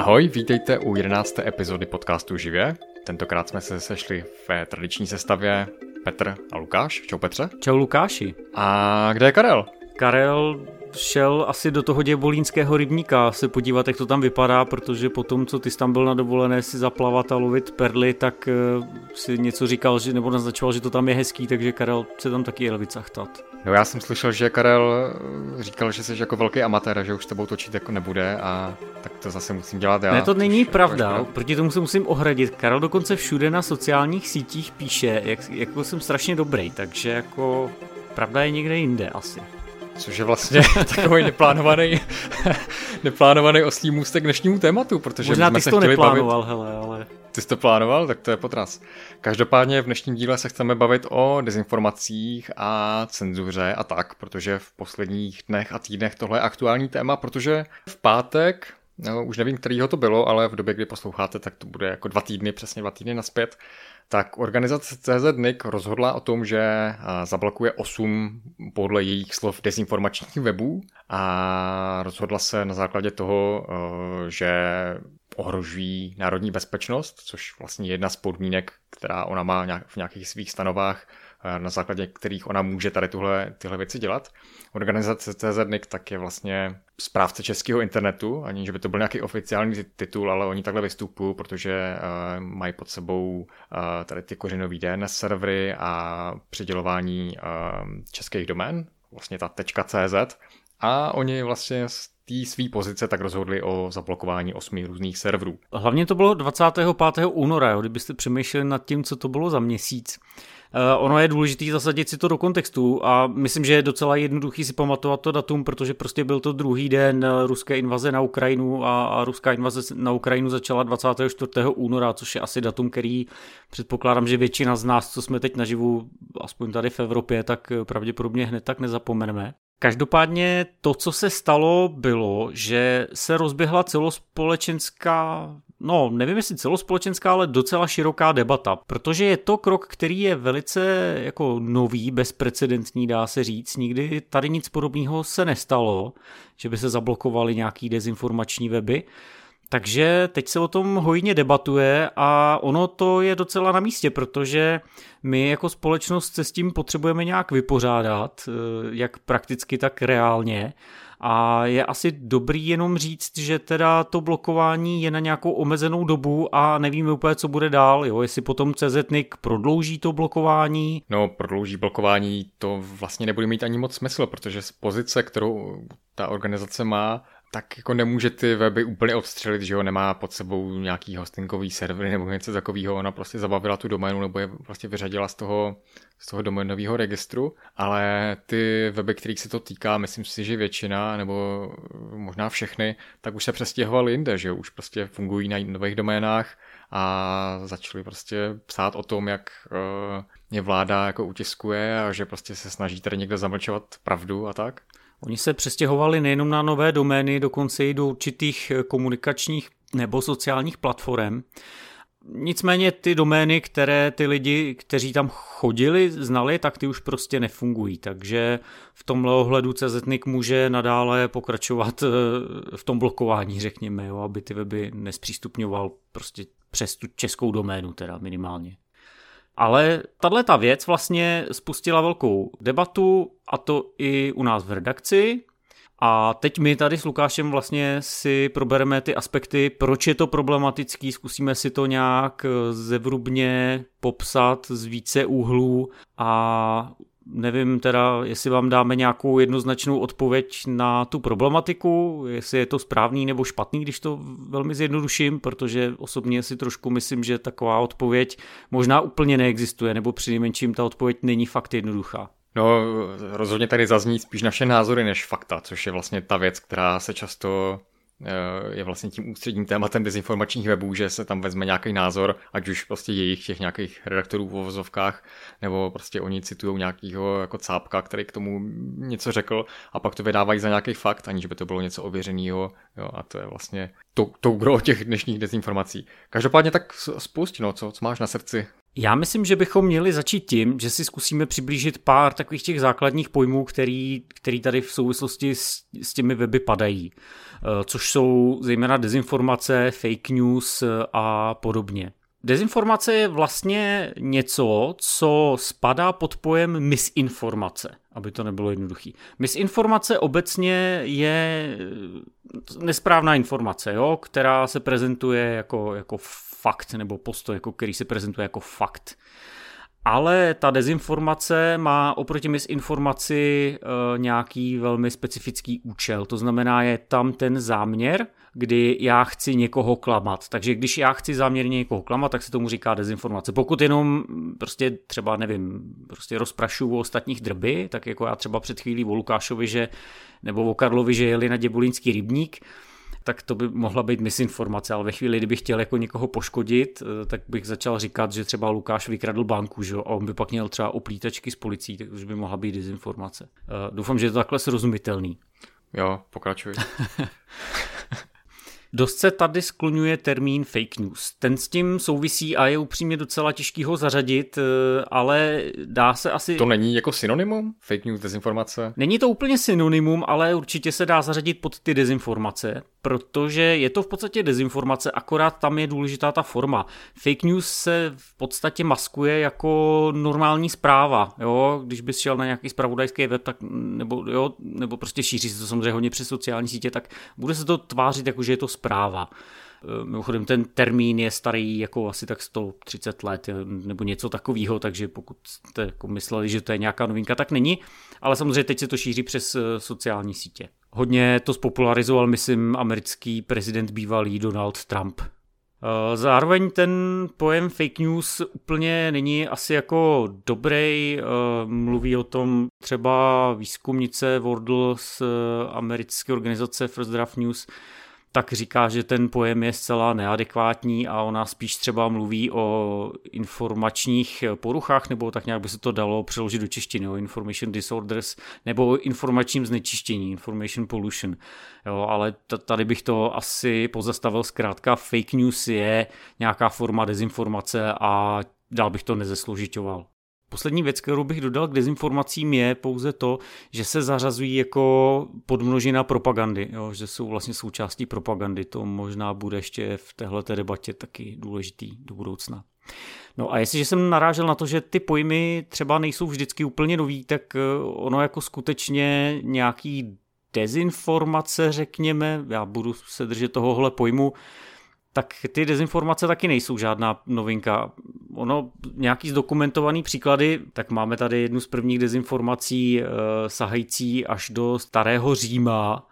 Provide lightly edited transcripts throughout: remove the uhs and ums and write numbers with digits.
Ahoj, vítejte u 11. epizody podcastu Živě. Tentokrát jsme se sešli v tradiční sestavě Petr a Lukáš. Čau Petře. Čau Lukáši. A kde je Karel? Karel šel asi do toho Děvolínského rybníka se podívat, jak to tam vypadá, protože potom, co ty jsi tam byl na dovolené si zaplavat a lovit perly, tak si něco říkal, že, nebo naznačoval, že to tam je hezký, takže Karel se tam taky jel vycachtat. No já jsem slyšel, že Karel říkal, že jsi jako velký amatér, že už s tebou točit jako nebude a tak to zase musím dělat já. Ne, to není pravda, proti tomu se musím ohradit. Karel dokonce všude na sociálních sítích píše, jako jsem strašně dobrý, takže jako pravda je někde jinde asi. Což je vlastně takový neplánovaný oslý můstek k dnešnímu tématu, protože možná jsme ty se to chtěli neplánoval, bavit... hele, ale... Ty jsi to plánoval, tak to je potras. Každopádně v dnešním díle se chceme bavit o dezinformacích a cenzuře a tak, protože v posledních dnech a týdnech tohle je aktuální téma, protože v pátek, no, už nevím, kterýho to bylo, ale v době, kdy posloucháte, tak to bude jako přesně 2 týdny nazpět, tak organizace CZ.NIC rozhodla o tom, že zablokuje 8 podle jejich slov dezinformačních webů a rozhodla se na základě toho, že ohrožují národní bezpečnost, což vlastně je jedna z podmínek, která ona má v nějakých svých stanovách, na základě kterých ona může tady tyhle věci dělat. Organizace CZ.NIC tak je vlastně správce českého internetu, ani že by to byl nějaký oficiální titul, ale oni takhle vystupují, protože mají pod sebou tady ty kořenové DNS servery a přidělování českých domén, vlastně ta .cz, a oni vlastně z té své pozice tak rozhodli o zablokování 8 různých serverů. Hlavně to bylo 25. února, jo, kdybyste přemýšleli nad tím, co to bylo za měsíc. Ono je důležité zasadit si to do kontextu a myslím, že je docela jednoduchý si pamatovat to datum, protože prostě byl to druhý den ruské invaze na Ukrajinu a ruská invaze na Ukrajinu začala 24. února, což je asi datum, který předpokládám, že většina z nás, co jsme teď naživu, aspoň tady v Evropě, tak pravděpodobně hned tak nezapomeneme. Každopádně to, co se stalo, bylo, že se rozběhla celospolečenská, no nevím jestli celospolečenská, ale docela široká debata, protože je to krok, který je velice jako nový, bezprecedentní, dá se říct. Nikdy tady nic podobného se nestalo, že by se zablokovaly nějaký dezinformační weby. Takže teď se o tom hojně debatuje a ono to je docela na místě, protože my jako společnost se s tím potřebujeme nějak vypořádat, jak prakticky, tak reálně. A je asi dobrý jenom říct, že teda to blokování je na nějakou omezenou dobu a nevíme úplně, co bude dál, jo? Jestli potom CZ.NIC prodlouží to blokování. No, prodlouží blokování, to vlastně nebude mít ani moc smysl, protože z pozice, kterou ta organizace má, tak jako nemůže ty weby úplně odstřelit, že jo, nemá pod sebou nějaký hostingový servery nebo něco takového, ona prostě zabavila tu doménu nebo je prostě vyřadila z toho doménového registru, ale ty weby, kterých se to týká, myslím si, že většina nebo možná všechny, tak už se přestěhovaly jinde, že jo, už prostě fungují na nových doménách a začali prostě psát o tom, jak je vláda jako utiskuje a že prostě se snaží tady někdo zamlčovat pravdu a tak. Oni se přestěhovali nejenom na nové domény, dokonce i do určitých komunikačních nebo sociálních platform. Nicméně ty domény, které ty lidi, kteří tam chodili, znali, tak ty už prostě nefungují. Takže v tomhle ohledu CZ.NIC může nadále pokračovat v tom blokování, řekněme, jo, aby ty weby nespřístupňoval prostě přes tu českou doménu teda minimálně. Ale tato věc vlastně spustila velkou debatu, a to i u nás v redakci. A teď my tady s Lukášem vlastně si probereme ty aspekty, proč je to problematický, zkusíme si to nějak zevrubně popsat z více úhlů a nevím teda, jestli vám dáme nějakou jednoznačnou odpověď na tu problematiku, jestli je to správný nebo špatný, když to velmi zjednoduším, protože osobně si trošku myslím, že taková odpověď možná úplně neexistuje, nebo přinejmenším ta odpověď není fakt jednoduchá. No, rozhodně tady zazní spíš naše názory než fakta, což je vlastně ta věc, která se často je vlastně tím ústředním tématem dezinformačních webů, že se tam vezme nějaký názor, ať už prostě jejich těch nějakých redaktorů v uvozovkách, nebo prostě oni citujou nějakýho jako cápka, který k tomu něco řekl a pak to vydávají za nějaký fakt, aniž by to bylo něco ověřeného, jo, a to je vlastně to gro těch dnešních dezinformací. Každopádně tak spust, no, co máš na srdci? Já myslím, že bychom měli začít tím, že si zkusíme přiblížit pár takových těch základních pojmů, který tady v souvislosti s těmi weby padají. což jsou zejména dezinformace, fake news a podobně. Dezinformace je vlastně něco, co spadá pod pojem misinformace, aby to nebylo jednoduchý. Misinformace obecně je nesprávná informace, jo, která se prezentuje jako fakt, nebo postoj, který se prezentuje jako fakt. Ale ta dezinformace má oproti misinformaci nějaký velmi specifický účel. To znamená, je tam ten záměr, kdy já chci někoho klamat. Takže když já chci záměrně někoho klamat, tak se tomu říká dezinformace. Pokud jenom prostě třeba, nevím, prostě rozprašuju o ostatních drby, tak jako já třeba před chvílí o Lukášovi, nebo o Karlovi, že jeli na Děbulínský rybník, tak to by mohla být misinformace, ale ve chvíli, kdybych chtěl jako někoho poškodit, tak bych začal říkat, že třeba Lukáš vykradl banku, že? A on by pak měl třeba oplítačky s policií, tak už by mohla být dezinformace. Doufám, že je to takhle srozumitelný. Jo, pokračuj. Dost se tady skloňuje termín fake news. Ten s tím souvisí a je upřímně docela těžký ho zařadit, ale dá se asi... To není jako synonymum? Fake news, dezinformace? Není to úplně synonymum, ale určitě se dá zařadit pod ty dezinformace, protože je to v podstatě dezinformace, akorát tam je důležitá ta forma. Fake news se v podstatě maskuje jako normální zpráva, jo? Když bys šel na nějaký zpravodajský web, tak, nebo prostě šíří se to samozřejmě hodně přes sociální sítě, tak bude se to tvářit jako, že je to zpráva. Mimochodem ten termín je starý jako asi tak 130 let nebo něco takového, takže pokud jste jako mysleli, že to je nějaká novinka, tak není, ale samozřejmě teď se to šíří přes sociální sítě. Hodně to spopularizoval, myslím, americký prezident bývalý Donald Trump. Zároveň ten pojem fake news úplně není asi jako dobrý, mluví o tom třeba výzkumnice Wardle z americké organizace First Draft News, tak říká, že ten pojem je zcela neadekvátní a ona spíš třeba mluví o informačních poruchách, nebo tak nějak by se to dalo přeložit do češtiny, o information disorders, nebo o informačním znečištění, information pollution. Jo, ale tady bych to asi pozastavil zkrátka. Fake news je nějaká forma dezinformace a dál bych to nezesložiťoval. Poslední věc, kterou bych dodal k dezinformacím, je pouze to, že se zařazují jako podmnožina propagandy, jo, že jsou vlastně součástí propagandy. To možná bude ještě v téhleté debatě taky důležitý do budoucna. No a jestliže jsem narážel na to, že ty pojmy třeba nejsou vždycky úplně nový, tak ono jako skutečně nějaký dezinformace, řekněme, já budu se držet tohohle pojmu, tak ty dezinformace taky nejsou žádná novinka. Ono, nějaký zdokumentovaný příklady, tak máme tady jednu z prvních dezinformací sahající až do starého Říma,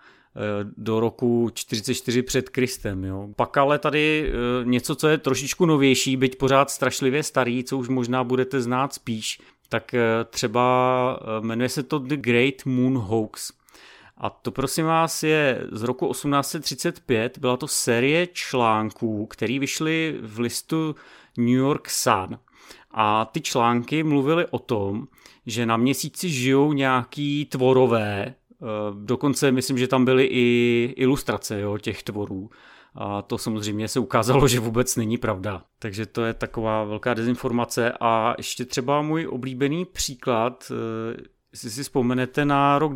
do roku 44 před Kristem. Jo. Pak ale tady něco, co je trošičku novější, byť pořád strašlivě starý, co už možná budete znát spíš, tak třeba jmenuje se to The Great Moon Hoax. A to prosím vás je z roku 1835, byla to série článků, které vyšly v listu New York Sun. A ty články mluvily o tom, že na Měsíci žijou nějaký tvorové, dokonce myslím, že tam byly i ilustrace těch tvorů. A to samozřejmě se ukázalo, že vůbec není pravda. Takže to je taková velká dezinformace. A ještě třeba můj oblíbený příklad, jestli si vzpomenete na rok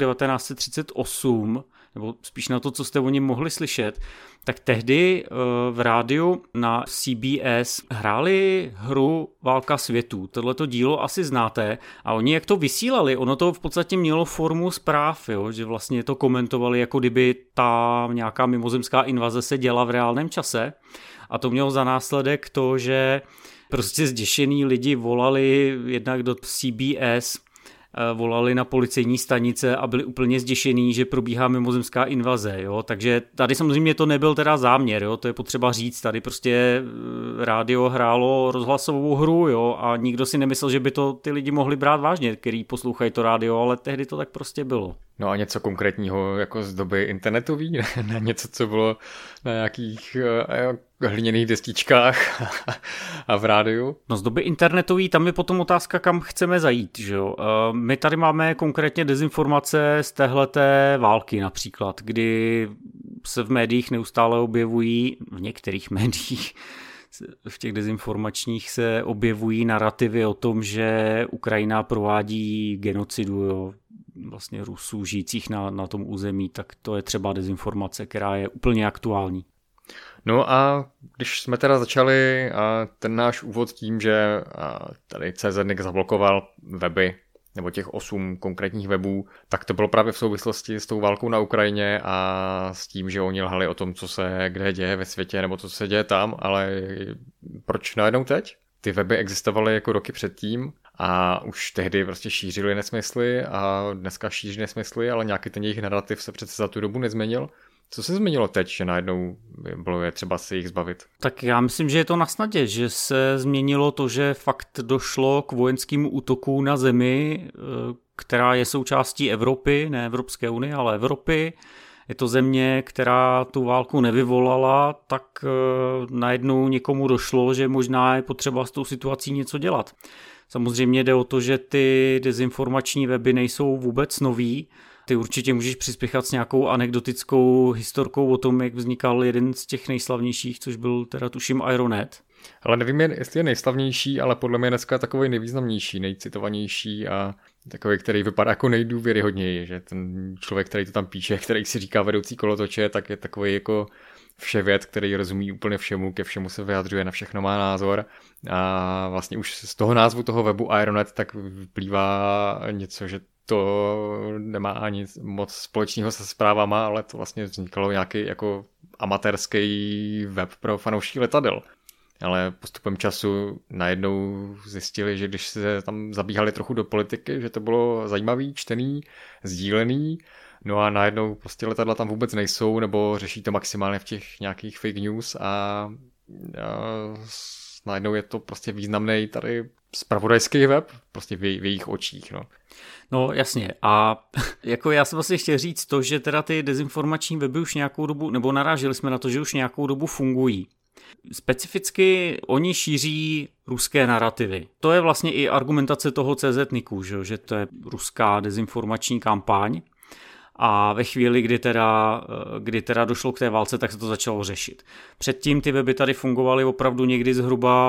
1938, nebo spíš na to, co jste o něm mohli slyšet, tak tehdy v rádiu na CBS hráli hru Válka světů. Tohleto dílo asi znáte a oni jak to vysílali, ono to v podstatě mělo formu zpráv, jo? Že vlastně to komentovali, jako kdyby ta nějaká mimozemská invaze se děla v reálném čase a to mělo za následek to, že prostě zděšený lidi volali jednak do CBS, volali na policejní stanice a byli úplně zděšení, že probíhá mimozemská invaze, jo, takže tady samozřejmě to nebyl teda záměr, jo, to je potřeba říct, tady prostě rádio hrálo rozhlasovou hru, jo, a nikdo si nemyslel, že by to ty lidi mohli brát vážně, který poslouchají to rádio, ale tehdy to tak prostě bylo. No a něco konkrétního jako z doby internetový, ne něco, co bylo na nějakých hliněných destičkách a v rádiu? No z doby internetový, tam je potom otázka, kam chceme zajít, že jo. My tady máme konkrétně dezinformace z téhleté války například, kdy se v médiích neustále objevují, v některých médiích, v těch dezinformačních se objevují narrativy o tom, že Ukrajina provádí genocidu, jo. vlastně Rusů žijících na tom území, tak to je třeba dezinformace, která je úplně aktuální. No a když jsme teda začali ten náš úvod tím, že tady CZNIC zablokoval weby, nebo těch 8 konkrétních webů, tak to bylo právě v souvislosti s tou válkou na Ukrajině a s tím, že oni lhali o tom, co se kde děje ve světě, nebo co se děje tam, ale proč najednou teď? Ty weby existovaly jako roky předtím a už tehdy prostě šířili nesmysly a dneska šíří nesmysly, ale nějaký ten jejich narrativ se přece za tu dobu nezměnil. Co se změnilo teď, že najednou bylo je třeba se jich zbavit? Tak já myslím, že je to na snadě, že se změnilo to, že fakt došlo k vojenskému útoku na zemi, která je součástí Evropy, ne Evropské unie, ale Evropy. Je to země, která tu válku nevyvolala, tak najednou někomu došlo, že možná je potřeba s tou situací něco dělat. Samozřejmě jde o to, že ty dezinformační weby nejsou vůbec nový. Ty určitě můžeš přispěchat s nějakou anekdotickou historkou o tom, jak vznikal jeden z těch nejslavnějších, což byl teda tuším Ironet. Ale nevím, jestli je nejslavnější, ale podle mě dneska je takový nejvýznamnější, nejcitovanější a takový, který vypadá jako nejdůvěryhodněji, že ten člověk, který to tam píše, který si říká vedoucí kolotoče, tak je takový jako vševěd, který rozumí úplně všemu, ke všemu se vyjadřuje, na všechno má názor a vlastně už z toho názvu toho webu Ironet tak vyplývá něco, že to nemá ani moc společného se zprávama, ale to vlastně vznikalo nějaký jako amatérský web pro fanoušky letadel. Ale postupem času najednou zjistili, že když se tam zabíhali trochu do politiky, že to bylo zajímavý, čtený, sdílený, no a najednou prostě letadla tam vůbec nejsou, nebo řeší to maximálně v těch nějakých fake news a najednou je to prostě významný tady zpravodajský web, prostě v jejich očích, no. No jasně a jako já jsem vlastně chtěl říct to, že teda ty dezinformační weby už nějakou dobu, nebo naráželi jsme na to, že už nějakou dobu fungují. Specificky oni šíří ruské narrativy. To je vlastně i argumentace toho CZ-niku, že to je ruská dezinformační kampaň. A ve chvíli, kdy teda došlo k té válce, tak se to začalo řešit. Předtím ty weby tady fungovaly opravdu někdy zhruba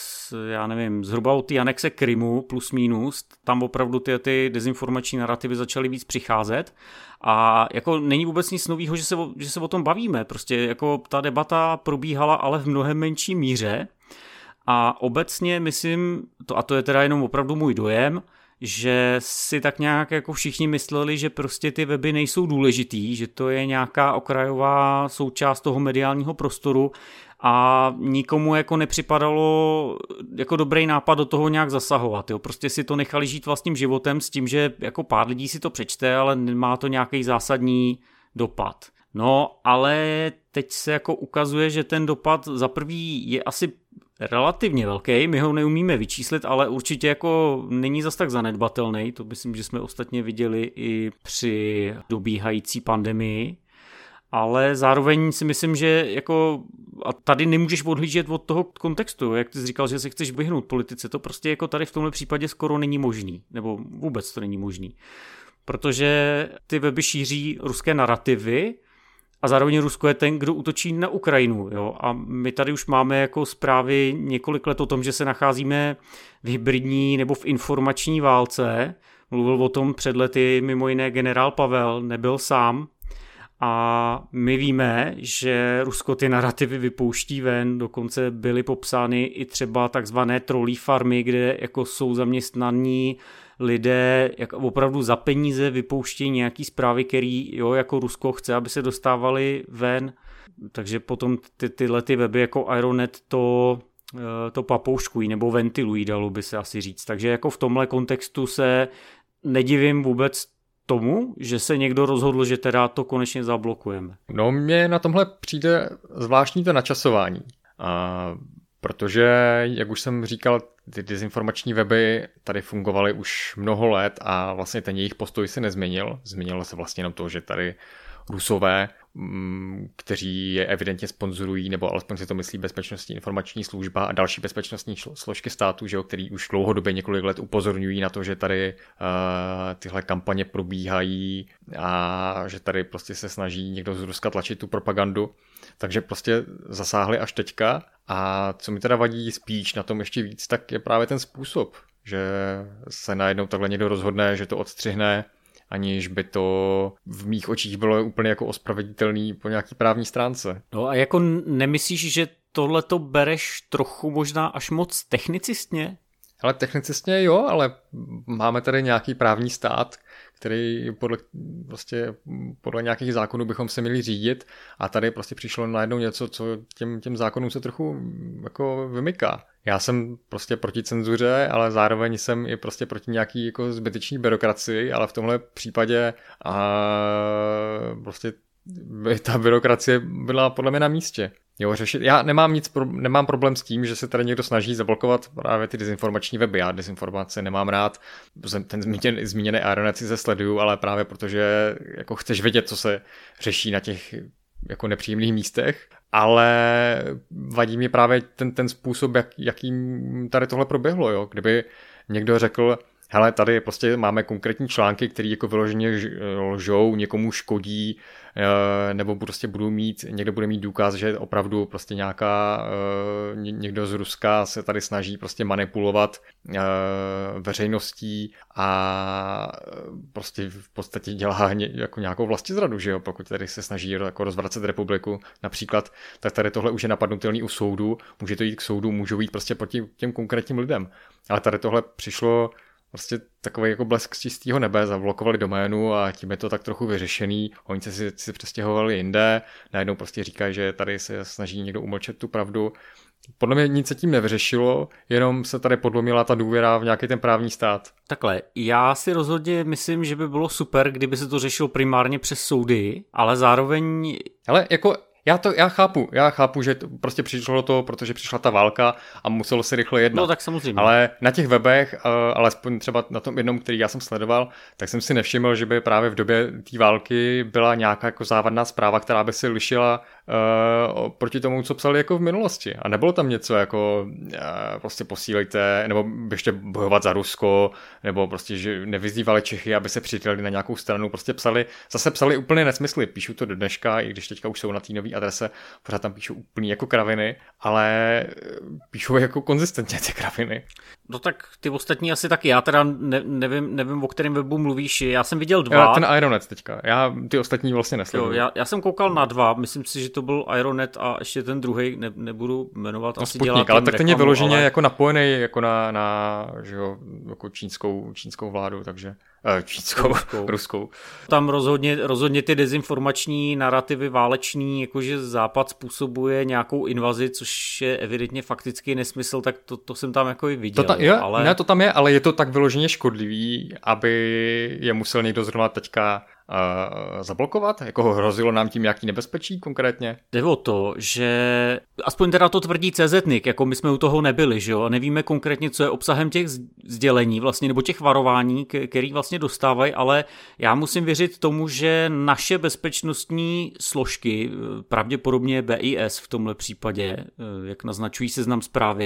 od té anexe Krymu plus minus. Tam opravdu ty dezinformační narrativy začaly víc přicházet. A jako není vůbec nic nového, že se o tom bavíme. Prostě jako ta debata probíhala, ale v mnohem menší míře. A obecně myslím, a to je teda jenom opravdu můj dojem, že si tak nějak jako všichni mysleli, že prostě ty weby nejsou důležitý, že to je nějaká okrajová součást toho mediálního prostoru a nikomu jako nepřipadalo jako dobrý nápad do toho nějak zasahovat. Jo. Prostě si to nechali žít vlastním životem s tím, že jako pár lidí si to přečte, ale nemá to nějaký zásadní dopad. No, ale teď se jako ukazuje, že ten dopad za prvý je asi relativně velký, my ho neumíme vyčíslit, ale určitě jako není zas tak zanedbatelný, to myslím, že jsme ostatně viděli i při dobíhající pandemii, ale zároveň si myslím, že jako a tady nemůžeš odhlížet od toho kontextu, jak ty jsi říkal, že se chceš vyhnout politice, to prostě jako tady v tomhle případě skoro není možný, nebo vůbec to není možný, protože ty weby šíří ruské narrativy, a zároveň Rusko je ten, kdo útočí na Ukrajinu. Jo? A my tady už máme jako zprávy několik let o tom, že se nacházíme v hybridní nebo v informační válce. Mluvil o tom před lety mimo jiné generál Pavel, nebyl sám. A my víme, že Rusko ty narrativy vypouští ven, dokonce byly popsány i třeba takzvané trolí farmy, kde jako jsou zaměstnaní lidé jak opravdu za peníze vypouštějí nějaký zprávy, který jako Rusko chce, aby se dostávaly ven. Takže potom tyhle weby jako Ironet to papouškují nebo ventilují, dalo by se asi říct. Takže jako v tomhle kontextu se nedivím vůbec tomu, že se někdo rozhodl, že teda to konečně zablokujeme. No mně na tomhle přijde zvláštní to načasování. Protože, jak už jsem říkal, ty dezinformační weby tady fungovaly už mnoho let a vlastně ten jejich postoj se nezměnil. Změnilo se vlastně jenom to, že tady Rusové, kteří je evidentně sponzorují, nebo alespoň si to myslí Bezpečnostní informační služba a další bezpečnostní složky státu, že jo, který už dlouhodobě několik let upozorňují na to, že tady tyhle kampaně probíhají a že tady prostě se snaží někdo z Ruska tlačit tu propagandu. Takže prostě zasáhli až teďka a co mi teda vadí spíš na tom ještě víc, tak je právě ten způsob, že se najednou takhle někdo rozhodne, že to odstřihne aniž by to v mých očích bylo úplně jako ospravedlnitelný po nějaký právní stránce. No a jako nemyslíš, že tohle to bereš trochu možná až moc technicistně? Ale technicistně jo, ale máme tady nějaký právní stát, který podle nějakých zákonů bychom se měli řídit a tady prostě přišlo najednou něco, co těm zákonům se trochu jako vymyká. Já jsem prostě proti cenzuře, ale zároveň jsem i prostě proti nějaký jako zbytečný byrokracii, ale v tomhle případě prostě ta byrokracie byla podle mě na místě. Jo, řešit. Já nemám problém s tím, že se tady někdo snaží zablokovat právě ty dezinformační weby. Já dezinformace nemám rád. Ten zmíněný Ironet si se sleduju, ale právě protože jako chceš vědět, co se řeší na těch jako nepříjemných místech, ale vadí mi právě ten způsob, jakým tady tohle proběhlo. Jo? Kdyby někdo řekl, hele, tady prostě máme konkrétní články, které jako vyloženě lžou, někomu škodí, nebo prostě někdo bude mít důkaz, že opravdu prostě někdo z Ruska se tady snaží prostě manipulovat veřejností a prostě v podstatě dělá jako nějakou vlastizradu, že jo, pokud tady se snaží jako rozvracet republiku například, tak tady tohle už je napadnutelný u soudu, může to jít k soudu, můžou jít prostě proti těm konkrétním lidem, ale tady tohle přišlo prostě takový jako blesk z čistého nebe, zablokovali doménu a tím je to tak trochu vyřešený. Oni si přestěhovali jinde, najednou prostě říkají, že tady se snaží někdo umlčet tu pravdu. Podle mě nic se tím nevyřešilo, jenom se tady podlomila ta důvěra v nějaký ten právní stát. Takhle, já si rozhodně myslím, že by bylo super, kdyby se to řešilo primárně přes soudy, ale zároveň... Ale jako... Já chápu, že prostě přišlo to, protože přišla ta válka a muselo se rychle jednat. No tak samozřejmě. Ale na těch webech, alespoň třeba na tom jednom, který já jsem sledoval, tak jsem si nevšiml, že by právě v době té války byla nějaká jako závadná zpráva, která by se lišila proti tomu, co psali jako v minulosti. A nebylo tam něco jako prostě posílejte, nebo běžte bojovat za Rusko, nebo prostě, že nevyzývali Čechy, aby se přidali na nějakou stranu. Prostě psali úplně nesmysly. Píšu to do dneška, i když teďka už jsou na té nové adrese, pořád tam píšou úplný jako kraviny, ale píšou jako konzistentně ty kraviny. No tak ty ostatní asi taky, já teda nevím, o kterém webu mluvíš, já jsem viděl 2. Ten Ironet teďka, já ty ostatní vlastně nesleduju. Já jsem koukal na 2, myslím si, že to byl Ironet a ještě ten druhý, nebudu jmenovat, asi Sputnik, dělá ale tak ten je vyloženě jako napojený jako na že jo, jako čínskou vládu, takže ruskou. Tam rozhodně ty dezinformační narrativy váleční, jakože Západ způsobuje nějakou invazi, což je evidentně fakticky nesmysl, tak to jsem tam jako i viděl. Ne, to tam je, ale je to tak vyloženě škodlivý, aby je musel někdo zrovna teďka zablokovat? Jako hrozilo nám tím nějaký nebezpečí konkrétně? Jde o to, že aspoň teda to tvrdí CZ.NIC, jako my jsme u toho nebyli, že jo, a nevíme konkrétně, co je obsahem těch sdělení vlastně, nebo těch varování, který vlastně dostávají, ale já musím věřit tomu, že naše bezpečnostní složky, pravděpodobně BIS v tomhle případě, jak naznačují seznam zprávy,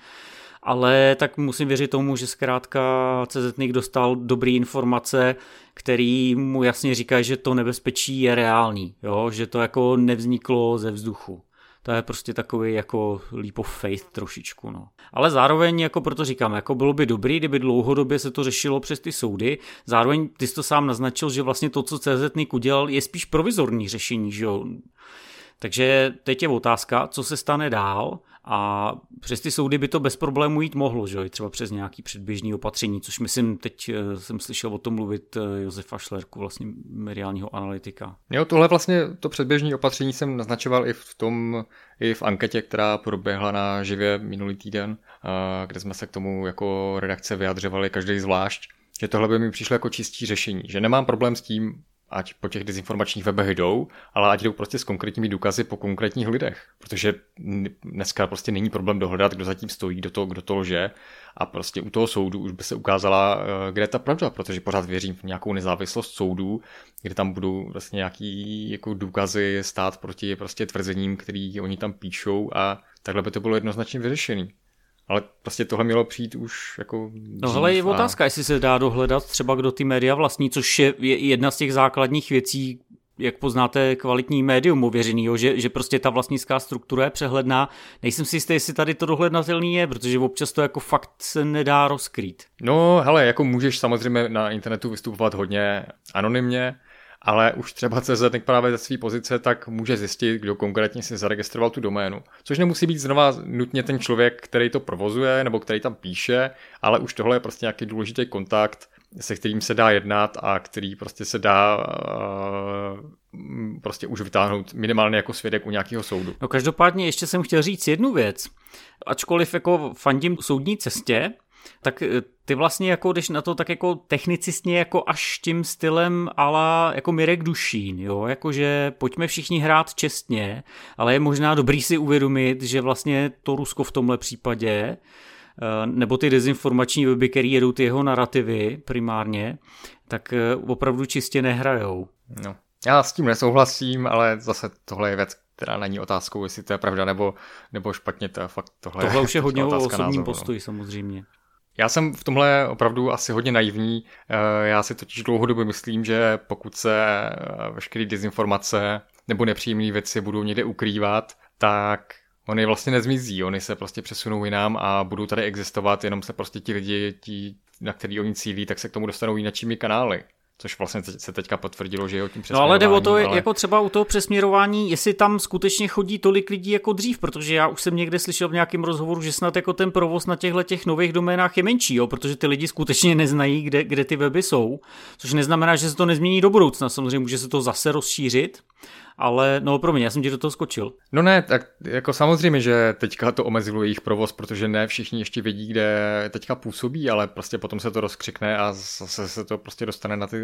ale tak musím věřit tomu, že zkrátka CZ.NIC dostal dobrý informace, který mu jasně říkají, že to nebezpečí je reálný, jo? Že to jako nevzniklo ze vzduchu. To je prostě takový jako leap of faith trošičku, no. Ale zároveň, jako proto říkám, jako bylo by dobrý, kdyby dlouhodobě se to řešilo přes ty soudy. Zároveň ty jsi to sám naznačil, že vlastně to, co CZ.NIC udělal, je spíš provizorní řešení, že jo. Takže teď je otázka, co se stane dál, a přes ty soudy by to bez problémů jít mohlo, že? Třeba přes nějaký předběžný opatření, což myslím, teď jsem slyšel o tom mluvit Josefa Šlerku, vlastně mediálního analytika. Jo, tohle vlastně to předběžné opatření jsem naznačoval i v anketě, která proběhla na Živě minulý týden, kde jsme se k tomu jako redakce vyjadřovali každý zvlášť, že tohle by mi přišlo jako čistý řešení, že nemám problém s tím, ať po těch dezinformačních webech jdou, ale ať jdou prostě s konkrétními důkazy po konkrétních lidech. Protože dneska prostě není problém dohledat, kdo zatím stojí, kdo to lže, a prostě u toho soudu už by se ukázala, kde je ta pravda, protože pořád věřím v nějakou nezávislost soudů, kde tam budou vlastně nějaký jako důkazy stát proti prostě tvrzením, který oni tam píšou, a takhle by to bylo jednoznačně vyřešený. Ale prostě tohle mělo přijít už jako dřív. No hele, je otázka, jestli se dá dohledat třeba kdo ty média vlastní, což je jedna z těch základních věcí, jak poznáte kvalitní médium ověřený, že prostě ta vlastnická struktura je přehledná. Nejsem si jistý, jestli tady to dohlednatelný je, protože občas to jako fakt se nedá rozkrýt. No hele, jako můžeš samozřejmě na internetu vystupovat hodně anonymně, ale už třeba CZ právě ze své pozice tak může zjistit, kdo konkrétně si zaregistroval tu doménu. Což nemusí být znova nutně ten člověk, který to provozuje nebo který tam píše, ale už tohle je prostě nějaký důležitý kontakt, se kterým se dá jednat a který prostě se dá prostě už vytáhnout minimálně jako svědek u nějakého soudu. No každopádně ještě jsem chtěl říct jednu věc. Ačkoliv jako fandím soudní cestě, tak ty vlastně jako jdeš na to tak jako technicistně jako až tím stylem ala jako Mirek Dušín, jo, jakože pojďme všichni hrát čestně, ale je možná dobrý si uvědomit, že vlastně to Rusko v tomhle případě, nebo ty dezinformační weby, který jedou ty jeho narrativy primárně, tak opravdu čistě nehrajou. No, já s tím nesouhlasím, ale zase tohle je věc, která není otázkou, jestli to je pravda nebo špatně, to je fakt tohle už je hodně o osobním názoru, postoji samozřejmě. Já jsem v tomhle opravdu asi hodně naivní. Já si totiž dlouhodobě myslím, že pokud se veškeré dezinformace nebo nepříjemné věci budou někde ukrývat, tak oni vlastně nezmizí, oni se prostě přesunou jinam a budou tady existovat, jenom se prostě ti lidi, na který oni cílí, tak se k tomu dostanou jinakšími kanály. Což vlastně se teďka potvrdilo, že je o tím přesměrování. No ale jde o to, jako třeba u toho přesměrování, jestli tam skutečně chodí tolik lidí jako dřív, protože já už jsem někde slyšel v nějakém rozhovoru, že snad jako ten provoz na těch nových doménách je menší, jo, protože ty lidi skutečně neznají, kde ty weby jsou, což neznamená, že se to nezmění do budoucna, samozřejmě může se to zase rozšířit. Ale no promiň, já jsem ti do toho skočil. No ne, tak jako samozřejmě, že teďka to omezilo jejich provoz, protože ne všichni ještě vědí, kde teďka působí, ale prostě potom se to rozkřikne a zase se to prostě dostane na ty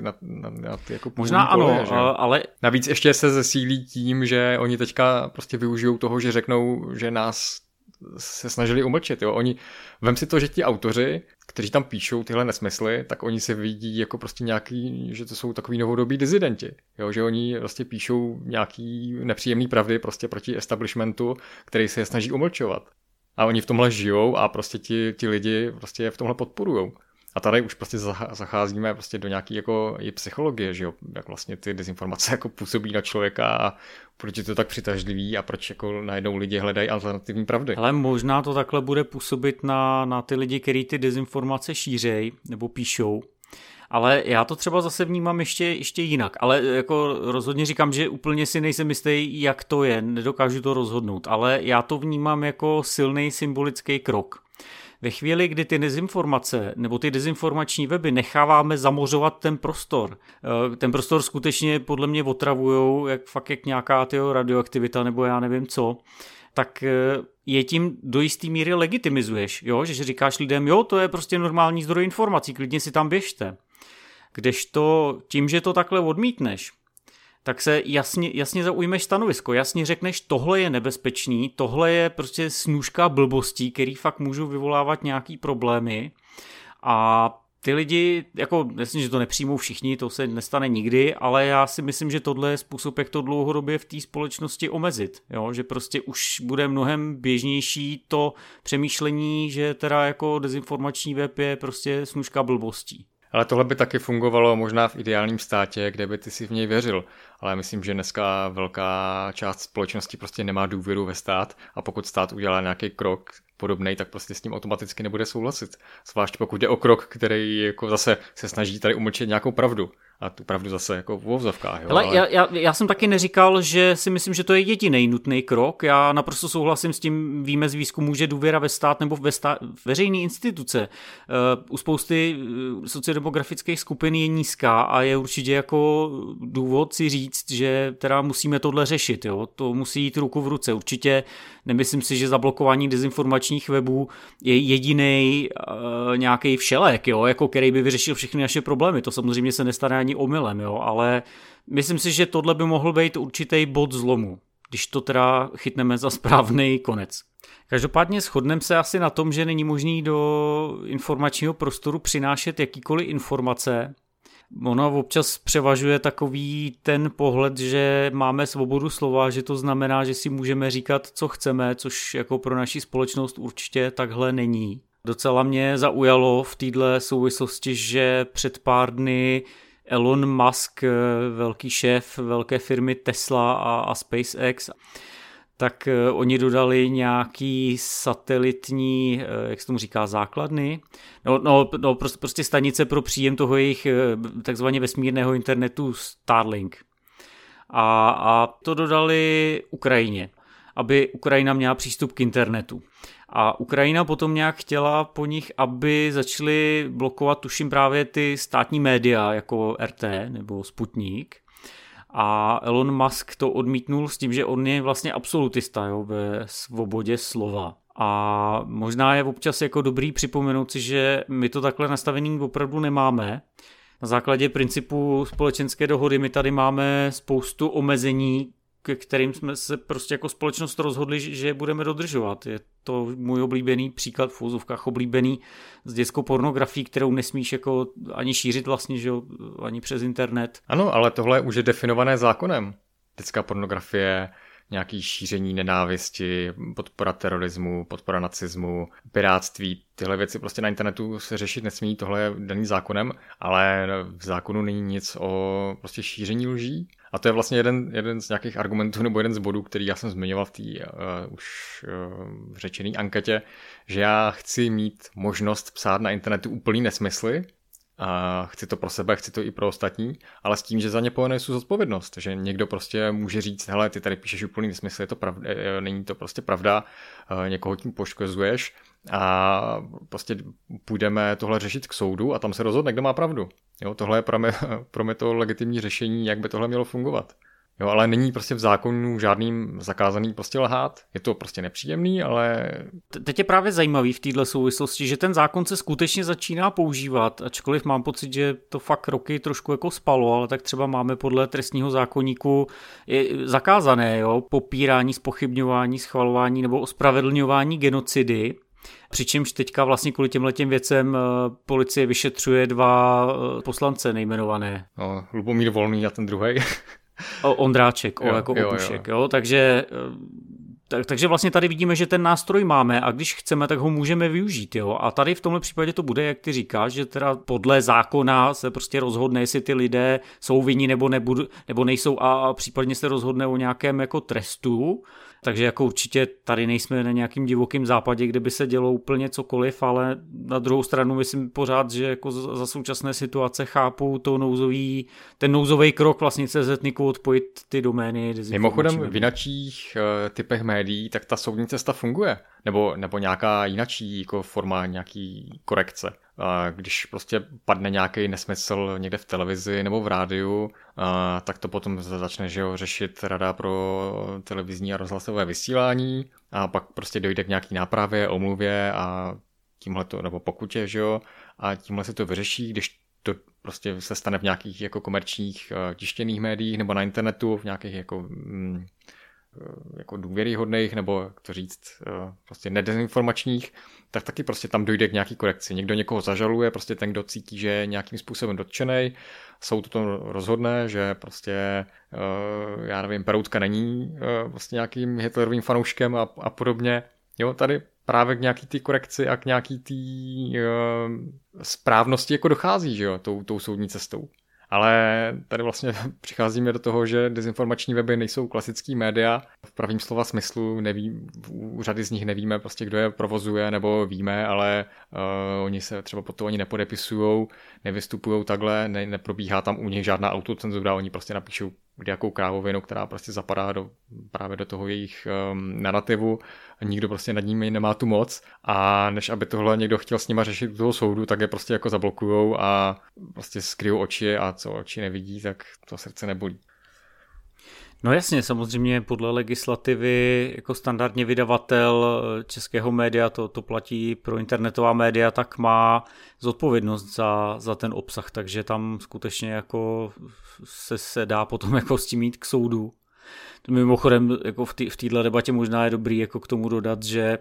jako možná ano, ale... Navíc ještě se zesílí tím, že oni teďka prostě využijou toho, že řeknou, že nás se snažili umlčet, jo. Vem si to, že ti autoři, kteří tam píšou tyhle nesmysly, tak oni se vidí jako prostě nějaký, že to jsou takový novodobí dizidenti, jo, že oni prostě píšou nějaký nepříjemný pravdy prostě proti establishmentu, který se je snaží umlčovat. A oni v tomhle žijou a prostě ti lidi prostě v tomhle podporujou. A tady už prostě zacházíme prostě do nějaký jako i psychologie, že jo, jak vlastně ty dezinformace jako působí na člověka a proč je to tak přitažlivý a proč jako najednou lidi hledají alternativní pravdy. Ale možná to takhle bude působit na ty lidi, kteří ty dezinformace šířejí nebo píšou. Ale já to třeba zase vnímám ještě jinak. Ale jako rozhodně říkám, že úplně si nejsem jistý, jak to je, nedokážu to rozhodnout. Ale já to vnímám jako silný symbolický krok. Ve chvíli, kdy ty dezinformace nebo ty dezinformační weby necháváme zamořovat ten prostor skutečně podle mě otravujou, jak nějaká radioaktivita nebo já nevím co, tak je tím do jistý míry legitimizuješ, jo? Že říkáš lidem, jo, to je prostě normální zdroj informací, klidně si tam běžte. Kdežto tím, že to takhle odmítneš, tak se jasně zaujmeš stanovisko, jasně řekneš, tohle je nebezpečný, tohle je prostě snůška blbostí, který fakt můžou vyvolávat nějaký problémy a ty lidi, jako myslím, že to nepřijmou všichni, to se nestane nikdy, ale já si myslím, že tohle je způsob, jak to dlouhodobě v té společnosti omezit, jo? Že prostě už bude mnohem běžnější to přemýšlení, že teda jako dezinformační web je prostě snůška blbostí. Ale tohle by taky fungovalo možná v ideálním státě, kde by ty si v něj věřil. Ale myslím, že dneska velká část společnosti prostě nemá důvěru ve stát a pokud stát udělá nějaký krok podobnej, tak prostě s tím automaticky nebude souhlasit. Zvlášť pokud jde o krok, který jako zase se snaží tady umlčet nějakou pravdu. A tu pravdu zase jako v uvozovkách. Ale já jsem taky neříkal, že si myslím, že to je jediný nutný krok. Já naprosto souhlasím s tím, víme z výzkumu, že důvěra ve stát nebo veřejné instituce u spousty sociodemografických skupin je nízká a je určitě jako důvod si říct, že teda musíme tohle řešit. Jo? To musí jít ruku v ruce. Určitě nemyslím si, že zablokování dezinformačních webů je jediný nějaký všelek, jo? Jako který by vyřešil všechny naše problémy. To samozřejmě se nestane ani omylem, jo? Ale myslím si, že tohle by mohl být určitý bod zlomu, když to teda chytneme za správný konec. Každopádně shodneme se asi na tom, že není možný do informačního prostoru přinášet jakýkoliv informace. Ono občas převažuje takový ten pohled, že máme svobodu slova, že to znamená, že si můžeme říkat, co chceme, což jako pro naši společnost určitě takhle není. Docela mě zaujalo v této souvislosti, že před pár dny Elon Musk, velký šéf velké firmy Tesla a SpaceX, tak oni dodali nějaký satelitní, jak se tomu říká, základny, prostě stanice pro příjem toho jejich takzvaně vesmírného internetu Starlink. A to dodali Ukrajině, aby Ukrajina měla přístup k internetu. A Ukrajina potom nějak chtěla po nich, aby začali blokovat, tuším, právě ty státní média jako RT nebo Sputnik. A Elon Musk to odmítnul s tím, že on je vlastně absolutista, jo, ve svobodě slova. A možná je občas jako dobrý připomenout si, že my to takhle nastavený opravdu nemáme. Na základě principu společenské dohody my tady máme spoustu omezení, ke kterým jsme se prostě jako společnost rozhodli, že je budeme dodržovat. Je to můj oblíbený příklad, v úzovkách oblíbený, s dětskou pornografií, kterou nesmíš jako ani šířit vlastně, že jo, ani přes internet. Ano, ale tohle už je definované zákonem. Dětská pornografie, nějaký šíření nenávisti, podpora terorismu, podpora nacismu, pirátství, tyhle věci prostě na internetu se řešit nesmí, tohle je daný zákonem, ale v zákonu není nic o prostě šíření lží. A to je vlastně jeden z nějakých argumentů nebo jeden z bodů, který já jsem zmiňoval v té už řečené anketě, že já chci mít možnost psát na internetu úplný nesmysly, a chci to pro sebe, chci to i pro ostatní, ale s tím, že za ně ponesu zodpovědnost, že někdo prostě může říct, hele, ty tady píšeš úplný nesmysl, je to pravda, není to prostě pravda, někoho tím poškozuješ a prostě půjdeme tohle řešit k soudu a tam se rozhodne, kdo má pravdu. Jo, tohle je pro mě to legitimní řešení, jak by tohle mělo fungovat. Jo, ale není prostě v zákonu žádným zakázaný prostě lhát. Je to prostě nepříjemný, ale... Teď je právě zajímavý v této souvislosti, že ten zákon se skutečně začíná používat, ačkoliv mám pocit, že to fakt roky trošku jako spalo, ale tak třeba máme podle trestního zákoníku zakázané, jo, popírání, zpochybňování, schvalování nebo ospravedlňování genocidy. Přičemž teďka vlastně kvůli těmhletěm věcem policie vyšetřuje 2 poslance nejmenované. No, Lubomír Volný a ten druhej. Ondráček, jako Opušek, jo. Takže vlastně tady vidíme, že ten nástroj máme a když chceme, tak ho můžeme využít, jo. A tady v tomhle případě to bude, jak ty říkáš, že teda podle zákona se prostě rozhodne, jestli ty lidé jsou vinni nebo nejsou a případně se rozhodne o nějakém jako trestu. Takže jako určitě tady nejsme na nějakým divokém západě, kde by se dělo úplně cokoliv, ale na druhou stranu myslím pořád, že jako za současné situace chápu ten nouzový krok vlastně se zetniku odpojit ty domény. Mimochodem v jinačích typech médií, tak ta soudní cesta funguje. Nebo nějaká jinačí jako forma nějaký korekce. Když prostě padne nějaký nesmysl někde v televizi nebo v rádiu, tak to potom začne řešit Rada pro televizní a rozhlasové vysílání a pak prostě dojde k nějaký nápravě, omluvě a tímhleto, nebo pokutě, že jo, a tímhle se to vyřeší, když to prostě se stane v nějakých jako komerčních tištěných médiích nebo na internetu, v nějakých jako důvěryhodných nebo jak to říct prostě nedezinformačních, tak taky prostě tam dojde k nějaký korekci. Někdo někoho zažaluje, prostě ten, kdo cítí, že je nějakým způsobem dotčenej, soud to rozhodne, že prostě já nevím, Peroutka není prostě nějakým Hitlerovým fanouškem a podobně. Jo, tady právě k nějaký ty korekci a k nějaký ty správnosti jako dochází, že jo, tou soudní cestou. Ale tady vlastně přicházíme do toho, že dezinformační weby nejsou klasický média. V pravým slova smyslu u řady z nich nevíme prostě, kdo je provozuje, nebo víme, ale oni se třeba pod to ani nepodepisují, nevystupují takhle, neprobíhá tam u nich žádná autocenzura, oni prostě napíšou nějakou krávovinu, která prostě zapadá právě do toho jejich narrativu. Nikdo prostě nad nimi nemá tu moc a než aby tohle někdo chtěl s nima řešit do toho soudu, tak je prostě jako zablokujou a prostě skryjou oči a co oči nevidí, tak to srdce nebolí. No jasně, samozřejmě podle legislativy jako standardně vydavatel českého média, to platí pro internetová média, tak má zodpovědnost za ten obsah, takže tam skutečně jako se dá potom jako s tím jít k soudu. Mimochodem jako v této debatě možná je dobrý jako k tomu dodat, že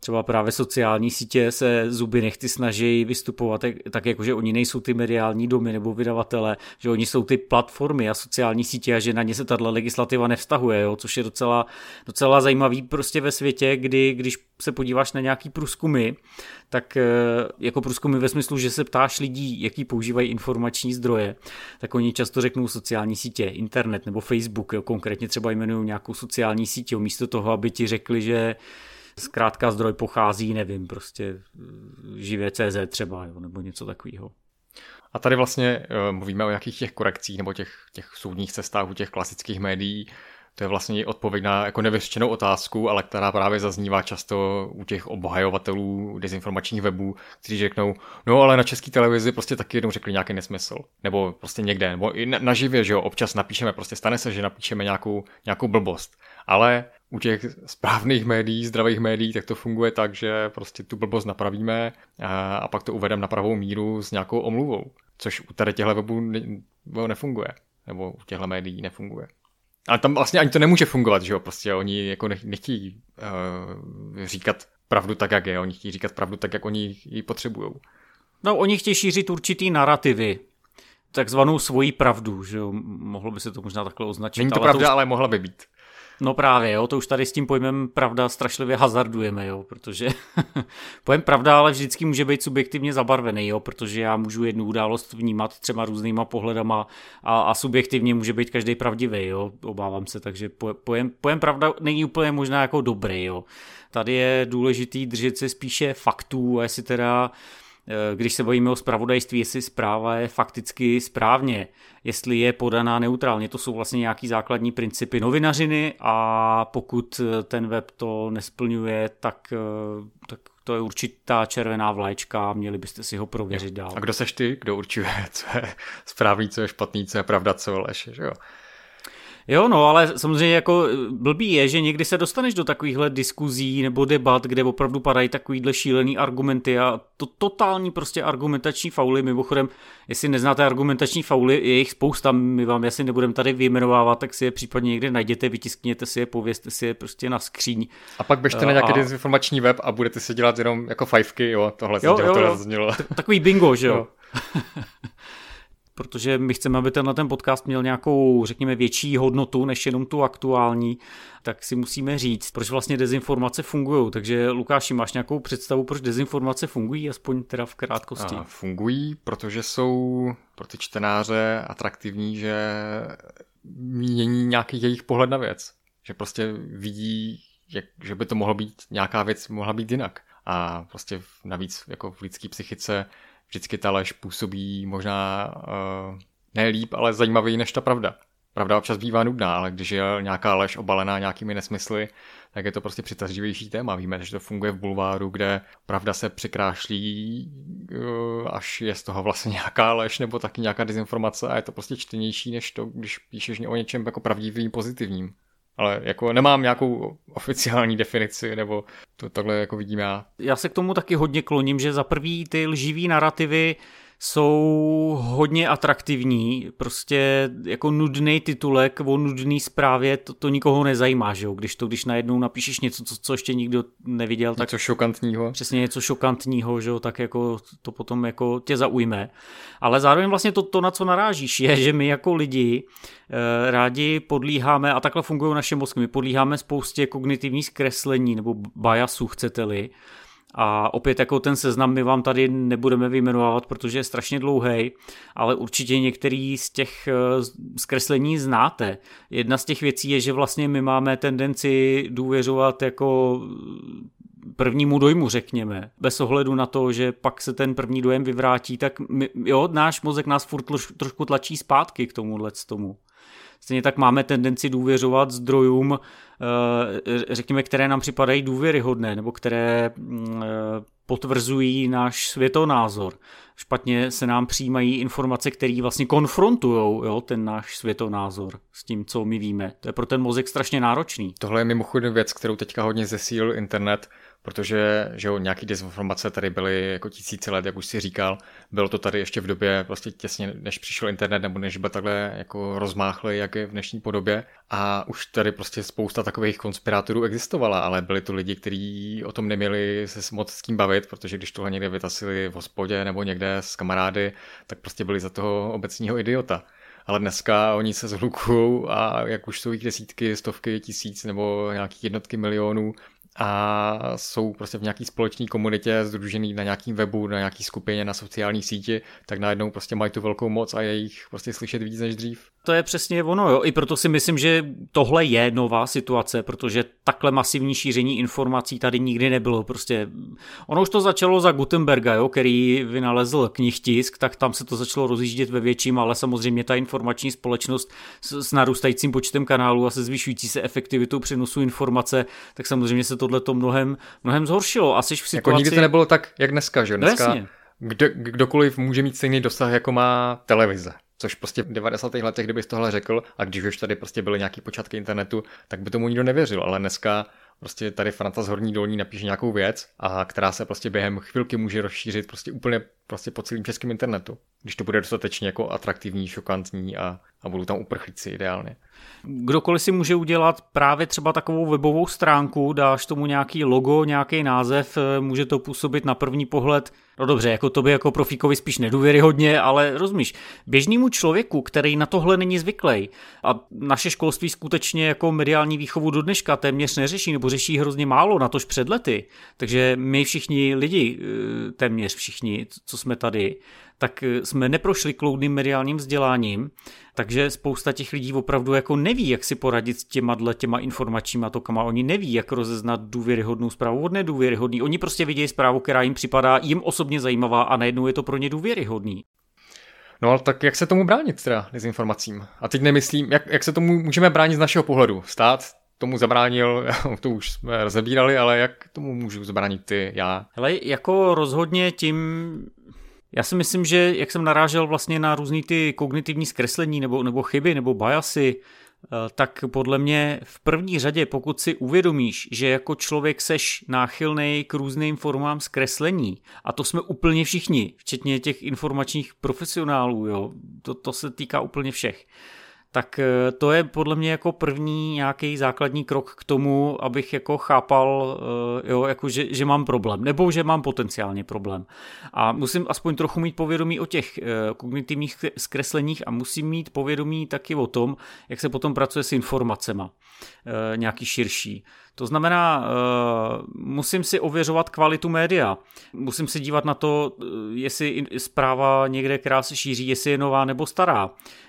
třeba právě sociální sítě se zuby nechty snaží vystupovat tak jako, že oni nejsou ty mediální domy nebo vydavatele, že oni jsou ty platformy a sociální sítě a že na ně se tato legislativa nevztahuje, jo, což je docela zajímavý prostě ve světě, když se podíváš na nějaký průzkumy, tak jako průzkumy ve smyslu, že se ptáš lidí, jaký používají informační zdroje, tak oni často řeknou sociální sítě, internet nebo Facebook, jo, konkrétně třeba jmenují nějakou sociální síť, jo, místo toho, aby ti řekli, že zkrátka zdroj pochází, nevím, prostě živě.cz třeba, jo, nebo něco takového. A tady vlastně mluvíme o jakých těch korekcích nebo těch soudních cestách u těch klasických médií. To je vlastně odpověď na jako nevyřčenou otázku, ale která právě zaznívá často u těch obhajovatelů dezinformačních webů, kteří řeknou, no ale na české televizi prostě taky jednou řekli nějaký nesmysl. Nebo prostě někde, nebo i naživě, že jo, občas napíšeme, prostě stane se, že napíšeme nějakou blbost. Ale u těch správných médií, zdravých médií, tak to funguje tak, že prostě tu blbost napravíme a pak to uvedeme na pravou míru s nějakou omluvou. Což u tady těchto webů nefunguje. Nebo u těchto médií nefunguje. Ale tam vlastně ani to nemůže fungovat, že jo, prostě oni jako nechtějí říkat pravdu tak, jak je, oni chtějí říkat pravdu tak, jak oni ji potřebujou. No, oni chtějí šířit určitý narrativy, takzvanou svoji pravdu, že jo, mohlo by se to možná takhle označit. Není to pravda, ale mohla by být. No právě, jo, to už tady s tím pojmem pravda strašlivě hazardujeme, jo, protože pojem pravda ale vždycky může být subjektivně zabarvený, jo, protože já můžu jednu událost vnímat třema různýma pohledama a subjektivně může být každý pravdivý, jo, obávám se, takže pojem pravda není úplně možná jako dobrý, jo. Tady je důležitý držet se spíše faktů a jestli teda když se bavíme o zpravodajství, jestli zpráva je fakticky správně, jestli je podaná neutrálně, to jsou vlastně nějaký základní principy novinařiny a pokud ten web to nesplňuje, tak to je určitá červená vlaječka, měli byste si ho prověřit dál. A kdo seš ty, kdo určuje, co je správný, co je špatný, co je pravda, co je lež, že jo? Jo, no, ale samozřejmě jako blbý je, že někdy se dostaneš do takovýchhle diskuzí nebo debat, kde opravdu padají takovýhle šílený argumenty a to totální prostě argumentační fauly. Mimochodem, jestli neznáte argumentační fauly, je jich spousta, my vám asi nebudeme tady vyjmenovávat, tak si je případně někde najděte, vytiskněte si je, povězte si je prostě na skříň. A pak běžte na nějaký dezinformační web a budete si dělat jenom jako fajfky, jo, tohle zaznělo. Takový bingo, že jo. Protože my chceme, aby ten podcast měl nějakou, řekněme, větší hodnotu než jenom tu aktuální, tak si musíme říct, proč vlastně dezinformace fungují. Takže Lukáši, máš nějakou představu, proč dezinformace fungují, aspoň teda v krátkosti? Fungují, protože jsou pro ty čtenáře atraktivní, že mění nějaký jejich pohled na věc. Že prostě vidí, že by to mohlo být, nějaká věc mohla být jinak. A prostě navíc jako v lidské psychice vždycky ta lež působí možná ne líp, ale zajímavěji než ta pravda. Pravda občas bývá nudná, ale když je nějaká lež obalená nějakými nesmysly, tak je to prostě přitažlivější téma. Víme, že to funguje v bulváru, kde pravda se překrášlí, až je z toho vlastně nějaká lež nebo taky nějaká dezinformace a je to prostě čtenější než to, když píšeš o něčem jako pravdivým, pozitivním. Ale jako nemám nějakou oficiální definici, nebo to takhle jako vidím já. Já se k tomu taky hodně kloním, že za prvý ty lživý narrativy jsou hodně atraktivní, prostě jako nudný titulek o nudný zprávě, to nikoho nezajímá, že jo? Když najednou napíšeš něco, co ještě nikdo neviděl, tak něco šokantního. Přesně něco šokantního, že jo? Tak jako to potom jako tě zaujme. Ale zároveň vlastně to na co narážíš, je, že my jako lidi rádi podlíháme, a takhle fungují naše mozky, my podlíháme spoustě kognitivních zkreslení nebo biasů, chcete-li. A opět jako ten seznam my vám tady nebudeme vyjmenovávat, protože je strašně dlouhý, ale určitě některý z těch zkreslení znáte. Jedna z těch věcí je, že vlastně my máme tendenci důvěřovat jako prvnímu dojmu, řekněme. Bez ohledu na to, že pak se ten první dojem vyvrátí, tak náš mozek nás furt trošku tlačí zpátky k tomu. Stejně tak máme tendenci důvěřovat zdrojům, řekněme, které nám připadají důvěryhodné nebo které potvrzují náš světonázor. špatně se nám přijímají informace, které vlastně konfrontujou ten náš světonázor s tím, co my víme. To je pro ten mozek strašně náročný. Tohle je mimochodem věc, kterou teďka hodně zesílil internet, protože že jo, nějaký dezinformace tady byly jako tisíce let, jak už si říkal. Bylo to tady ještě v době prostě těsně, než přišel internet, nebo než byl takhle jako rozmáchlý, jak je v dnešní podobě. A už tady prostě spousta takových konspirátorů existovala, ale byli to lidi, kteří o tom neměli se moc s tím bavit, protože když tohle někde vytasili v hospodě nebo někde s kamarády, tak prostě byli za toho obecního idiota. Ale dneska oni se zhlukujou a jak už jsou jich desítky, stovky, tisíc nebo nějaký jednotky milionů a jsou prostě v nějaký společné komunitě sdružený na nějakým webu, na nějaký skupině, na sociální síti, tak najednou prostě mají tu velkou moc a je jich prostě slyšet víc než dřív. To je přesně ono, jo. I proto si myslím, že tohle je nová situace, protože takhle masivní šíření informací tady nikdy nebylo. Prostě ono už to začalo za Gutenberga, jo, který vynalezl knihtisk, tak tam se to začalo rozjíždět ve větším, ale samozřejmě ta informační společnost s narůstajícím počtem kanálů a se zvyšující se efektivitou přenosu informace, tak samozřejmě se tohleto mnohem zhoršilo. A jsi v situaci... Jako nikdy to nebylo tak, jak dneska, že? Dneska kdokoliv může mít stejný dosah, jako má televize. Což prostě v 90. letech, kdybys tohle řekl, a když už tady prostě byly nějaký počátky internetu, tak by tomu nikdo nevěřil, ale dneska prostě tady Franta z Horní Dolní napíše nějakou věc, a která se prostě během chvilky může rozšířit prostě úplně prostě po celém českém internetu, když to bude dostatečně jako atraktivní, šokantní a budou tam uprchlíci ideálně. Kdokoliv si může udělat právě třeba takovou webovou stránku, dáš tomu nějaký logo, nějaký název, může to působit na první pohled, no dobře, jako tobě jako profíkovi spíš nedůvěryhodně, ale rozumíš, běžnému člověku, který na tohle není zvyklý, a naše školství skutečně jako mediální výchovu do dneška téměř neřeší, nebo řeší hrozně málo, natož před lety, takže my všichni lidi, téměř všichni, co jsme tady, tak jsme neprošli kloudným mediálním vzděláním, takže spousta těch lidí opravdu jako neví, jak si poradit s těma informačníma tokama. Oni neví, jak rozeznat důvěryhodnou zprávu od nedůvěryhodný. Oni prostě vidějí zprávu, která jim připadá jim osobně zajímavá, a najednou je to pro ně důvěryhodný. No ale tak jak se tomu bránit teda dezinformacím? A teď nemyslím, jak se tomu můžeme bránit z našeho pohledu? Stát tomu zabránil, to už jsme rozebírali, ale jak tomu můžu zabránit ty, já? Hele, jako rozhodně tím... Já si myslím, že jak jsem narážel vlastně na různý ty kognitivní zkreslení nebo chyby nebo biasy, tak podle mě v první řadě, pokud si uvědomíš, že jako člověk seš náchylnej k různým formám zkreslení, a to jsme úplně všichni, včetně těch informačních profesionálů, jo, to se týká úplně všech, tak to je podle mě jako první nějaký základní krok k tomu, abych jako chápal, jo, jako že mám problém, nebo že mám potenciálně problém. A musím aspoň trochu mít povědomí o těch kognitivních zkresleních a musím mít povědomí taky o tom, jak se potom pracuje s informacema, nějaký širší. To znamená, musím si ověřovat kvalitu média, musím se dívat na to, jestli zpráva někde, která se šíří, jestli je nová nebo stará,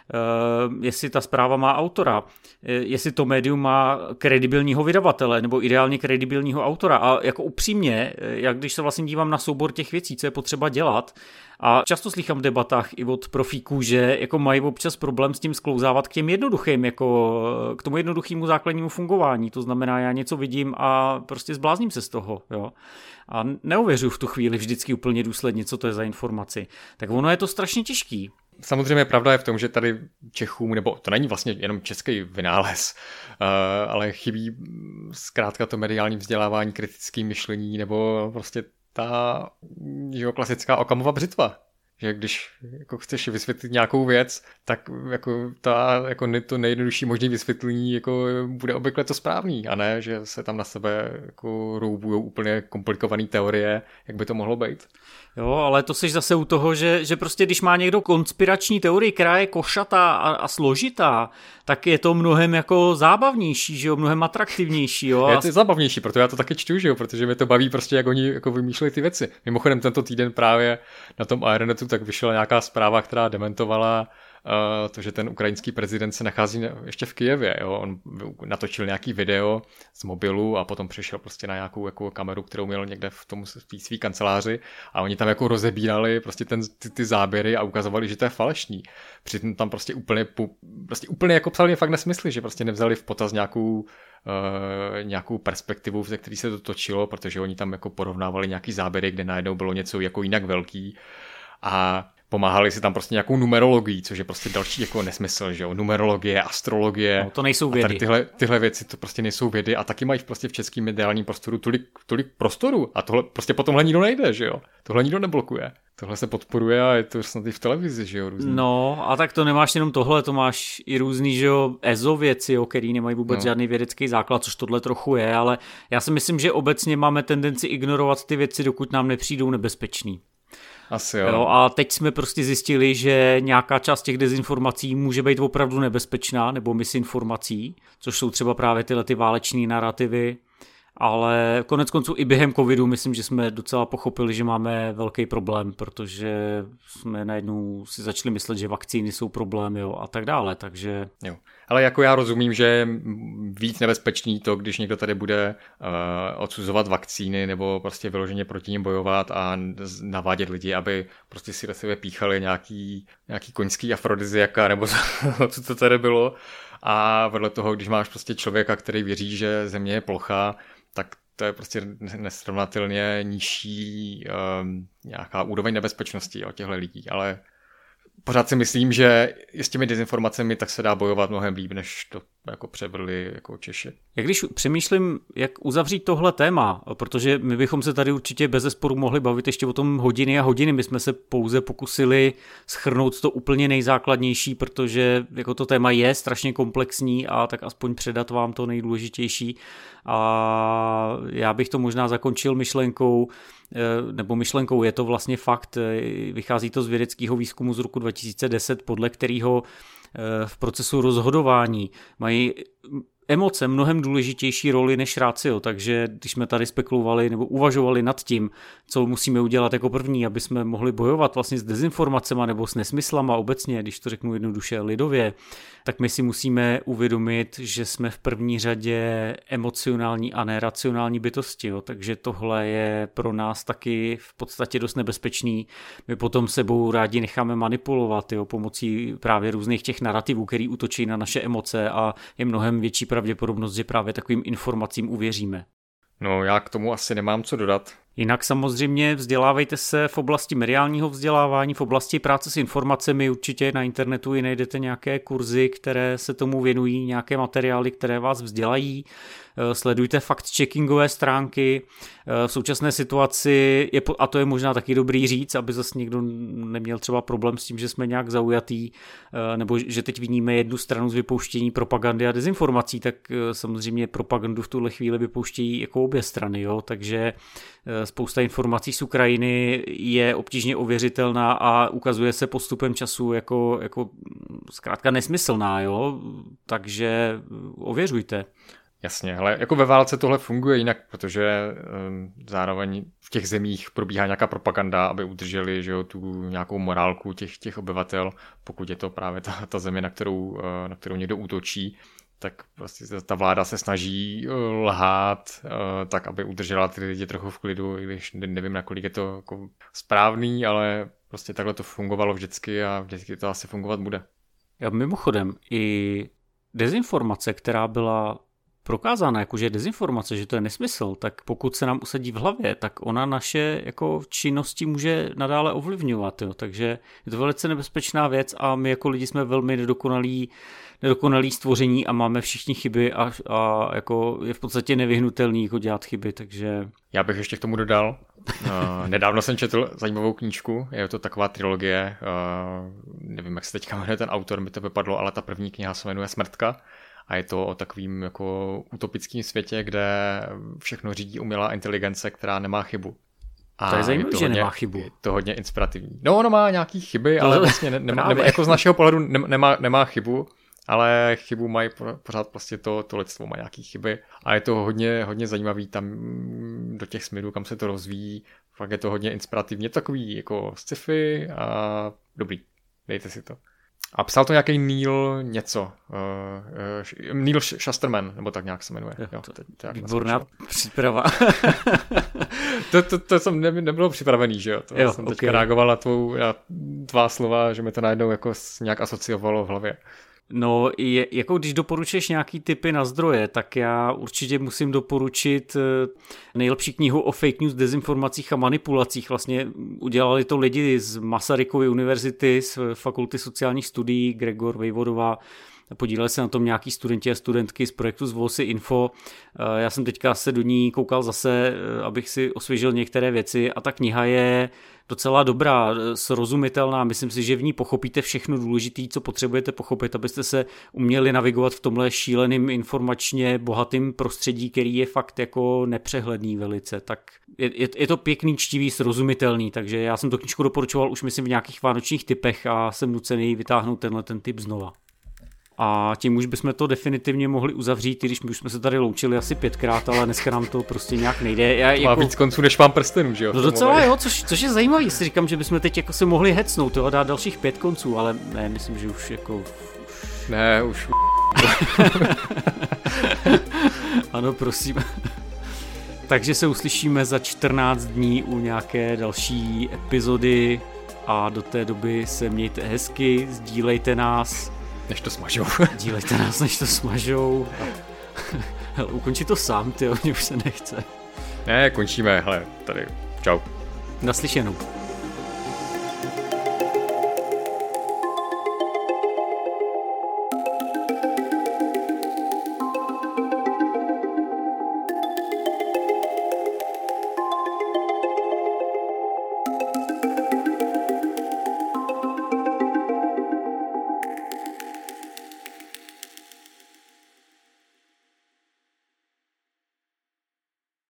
jestli ta zpráva má autora, jestli to médium má kredibilního vydavatele nebo ideálně kredibilního autora. A jako upřímně, jak když se vlastně dívám na soubor těch věcí, co je potřeba dělat, a často slychám v debatách i od profíků, že jako mají občas problém s tím sklouzávat k těm jednoduchým, jako k tomu jednoduchému základnímu fungování. To znamená, já něco vidím a prostě zblázním se z toho, jo. A neověřuju v tu chvíli vždycky úplně důsledně, co to je za informaci. Tak ono je to strašně těžký. Samozřejmě pravda je v tom, že tady Čechům, nebo to není vlastně jenom český vynález, ale chybí zkrátka to mediální vzdělávání, kritické myšlení, nebo prostě ta klasická Okamova břitva. Že když jako chceš vysvětlit nějakou věc, tak jako to nejjednodušší možné vysvětlení jako bude obvykle to správný, a ne, že se tam na sebe jako roubujou úplně komplikované teorie, jak by to mohlo být. Jo, ale to jsi zase u toho, že prostě když má někdo konspirační teorii, která je košatá a složitá, tak je to mnohem jako zábavnější, že jo, mnohem atraktivnější, jo. Je to zábavnější, proto já to taky čtu, že jo, protože mě to baví prostě, jak oni jako vymýšlejí ty věci. Mimochodem tento týden právě na tom Aeronetu tak vyšla nějaká zpráva, která dementovala to, že ten ukrajinský prezident se nachází ještě v Kyjevě. Jo? On natočil nějaký video z mobilu a potom přišel prostě na nějakou jako kameru, kterou měl někde v té své kanceláři, a oni tam jako rozebírali prostě ty záběry a ukazovali, že to je falešný. Přitom tam prostě úplně jako psali fakt nesmysly, že prostě nevzali v potaz nějakou perspektivu, ze který se to točilo, protože oni tam jako porovnávali nějaký záběry, kde najednou bylo něco jako jinak velký. a pomáhali si tam prostě nějakou numerologií, což je prostě další jako nesmysl, že jo, numerologie, astrologie. No, to nejsou vědy. A tady tyhle věci to prostě nejsou vědy a taky mají prostě v českém mediálním prostoru tolik prostoru a tohle prostě po tomhle nikdo nejde, že jo. Tohle nikdo neblokuje. Tohle se podporuje a je to snad i v televizi, že jo, různý. No a tak to nemáš jenom tohle, to máš i různý, že jo, EZO věci, jo, který nemají vůbec žádný vědecký základ, což tohle trochu je, ale já si myslím, že obecně máme tendenci ignorovat ty věci, dokud nám nepřijdou nebezpečný. Asi jo. A teď jsme prostě zjistili, že nějaká část těch dezinformací může být opravdu nebezpečná nebo misinformací, což jsou třeba právě tyhle ty váleční narrativy, ale konec konců i během covidu myslím, že jsme docela pochopili, že máme velký problém, protože jsme najednou si začali myslet, že vakcíny jsou problém, jo, a tak dále, takže... Jo. Ale jako já rozumím, že je víc nebezpečný to, když někdo tady bude odsuzovat vakcíny nebo prostě vyloženě proti nim bojovat a navádět lidi, aby prostě si do sebe píchali nějaký koňský afrodiziaka nebo co to tady bylo. A vedle toho, když máš prostě člověka, který věří, že země je plochá, tak to je prostě nesrovnatelně nižší nějaká úroveň nebezpečnosti od těchto lidí, ale pořád si myslím, že s těmi dezinformacemi tak se dá bojovat mnohem líp, než to jako převrli jako Češi. Jak když přemýšlím, jak uzavřít tohle téma, protože my bychom se tady určitě bezesporu mohli bavit ještě o tom hodiny a hodiny, my jsme se pouze pokusili shrnout to úplně nejzákladnější, protože jako to téma je strašně komplexní a tak aspoň předat vám to nejdůležitější. A já bych to možná zakončil myšlenkou, je to vlastně fakt, vychází to z vědeckého výzkumu z roku 2010, podle kterého v procesu rozhodování mají emoce mnohem důležitější roli než ratio, takže když jsme tady spekulovali nebo uvažovali nad tím, co musíme udělat jako první, aby jsme mohli bojovat vlastně s dezinformacema nebo s nesmyslama obecně, když to řeknu jednoduše lidově, tak my si musíme uvědomit, že jsme v první řadě emocionální a neracionální bytosti, jo. Takže tohle je pro nás taky v podstatě dost nebezpečný. My potom sebou rádi necháme manipulovat, jo, pomocí právě různých těch narrativů, který útočí na naše emoce a je mnohem větší pravděpodobnost, že právě takovým informacím uvěříme. No, já k tomu asi nemám co dodat. Jinak samozřejmě vzdělávejte se v oblasti mediálního vzdělávání, v oblasti práce s informacemi, určitě na internetu i najdete nějaké kurzy, které se tomu věnují, nějaké materiály, které vás vzdělají. Sledujte fact-checkingové stránky. V současné situaci, a to je možná taky dobrý říct, aby zase někdo neměl třeba problém s tím, že jsme nějak zaujatý, nebo že teď vidíme jednu stranu z vypouštění propagandy a dezinformací, tak samozřejmě propagandu v tuhle chvíli vypouštějí jako obě strany, jo? Takže spousta informací z Ukrajiny je obtížně ověřitelná a ukazuje se postupem času jako zkrátka nesmyslná, jo? Takže ověřujte. Jasně, ale jako ve válce tohle funguje jinak, protože zároveň v těch zemích probíhá nějaká propaganda, aby udrželi, že jo, tu nějakou morálku těch obyvatel, pokud je to právě ta země, na kterou někdo útočí, tak prostě ta vláda se snaží lhát tak, aby udržela ty lidi trochu v klidu, i když nevím, nakolik je to jako správný, ale prostě takhle to fungovalo vždycky a vždycky to asi fungovat bude. Ja, mimochodem, i dezinformace, která byla prokázána, jakože je dezinformace, že to je nesmysl, tak pokud se nám usadí v hlavě, tak ona naše jako činnosti může nadále ovlivňovat. Jo. Takže je to velice nebezpečná věc a my jako lidi jsme velmi nedokonalí stvoření a máme všichni chyby a jako je v podstatě nevyhnutelný jako dělat chyby, takže... Já bych ještě k tomu dodal. Nedávno jsem četl zajímavou knížku, je to taková trilogie, nevím, jak se teďka jmenuje ten autor, mi to vypadlo, ale ta první kniha se jmenuje Smrtka. A je to o takovým jako utopickém světě, kde všechno řídí umělá inteligence, která nemá chybu. A to je zajímavé, že nemá chybu. Je to hodně inspirativní. No, ono má nějaký chyby, ale vlastně jako z našeho pohledu nemá chybu, ale chybu mají pořád prostě to lidstvo má nějaký chyby. A je to hodně zajímavý tam do těch směrů, kam se to rozvíjí. Fakt je to hodně inspirativní. Takový jako sci-fi a dobrý. Dejte si to. A psal to nějaký Neil něco. Neil Shusterman, nebo tak nějak se jmenuje. Jo, to výborná příprava. to jsem nebylo připravený, že jo? To jsem teďka reagoval na tvá slova, že mi to najednou jako nějak asociovalo v hlavě. No, jako když doporučuješ nějaký tipy na zdroje, tak já určitě musím doporučit nejlepší knihu o fake news, dezinformacích a manipulacích. Vlastně udělali to lidi z Masarykovy univerzity, z Fakulty sociálních studií, Gregor Vejvodová, podíleli se na tom nějaký studenti a studentky z projektu Zvolsi Info. Já jsem teďka se do ní koukal zase, abych si osvěžil některé věci a ta kniha je docela dobrá, srozumitelná. Myslím si, že v ní pochopíte všechno důležité, co potřebujete pochopit, abyste se uměli navigovat v tomhle šíleným informačně bohatým prostředí, který je fakt jako nepřehledný velice. Tak je to pěkný, čtivý, srozumitelný, takže já jsem to knížku doporučoval už myslím v nějakých vánočních typech a jsem nucený vytáhnout ten typ znova. A tím už bychom to definitivně mohli uzavřít, když my už jsme se tady loučili asi 5krát, ale dneska nám to prostě nějak nejde. Má víc konců než Pán prstenů, že jo? No docela jo, což je zajímavý, si říkám, že bychom teď jako se mohli hecnout a dát dalších 5 konců, ale ne, myslím, že už jako... Ne, už... Ano, prosím. Takže se uslyšíme za 14 dní u nějaké další epizody a do té doby se mějte hezky, sdílejte nás. Než to smažou. Dílejte nás, než to smažou. Hele, ukonči to sám, tyjo, mě už se nechce. Ne, končíme, hele, tady, čau. Naslyšenou.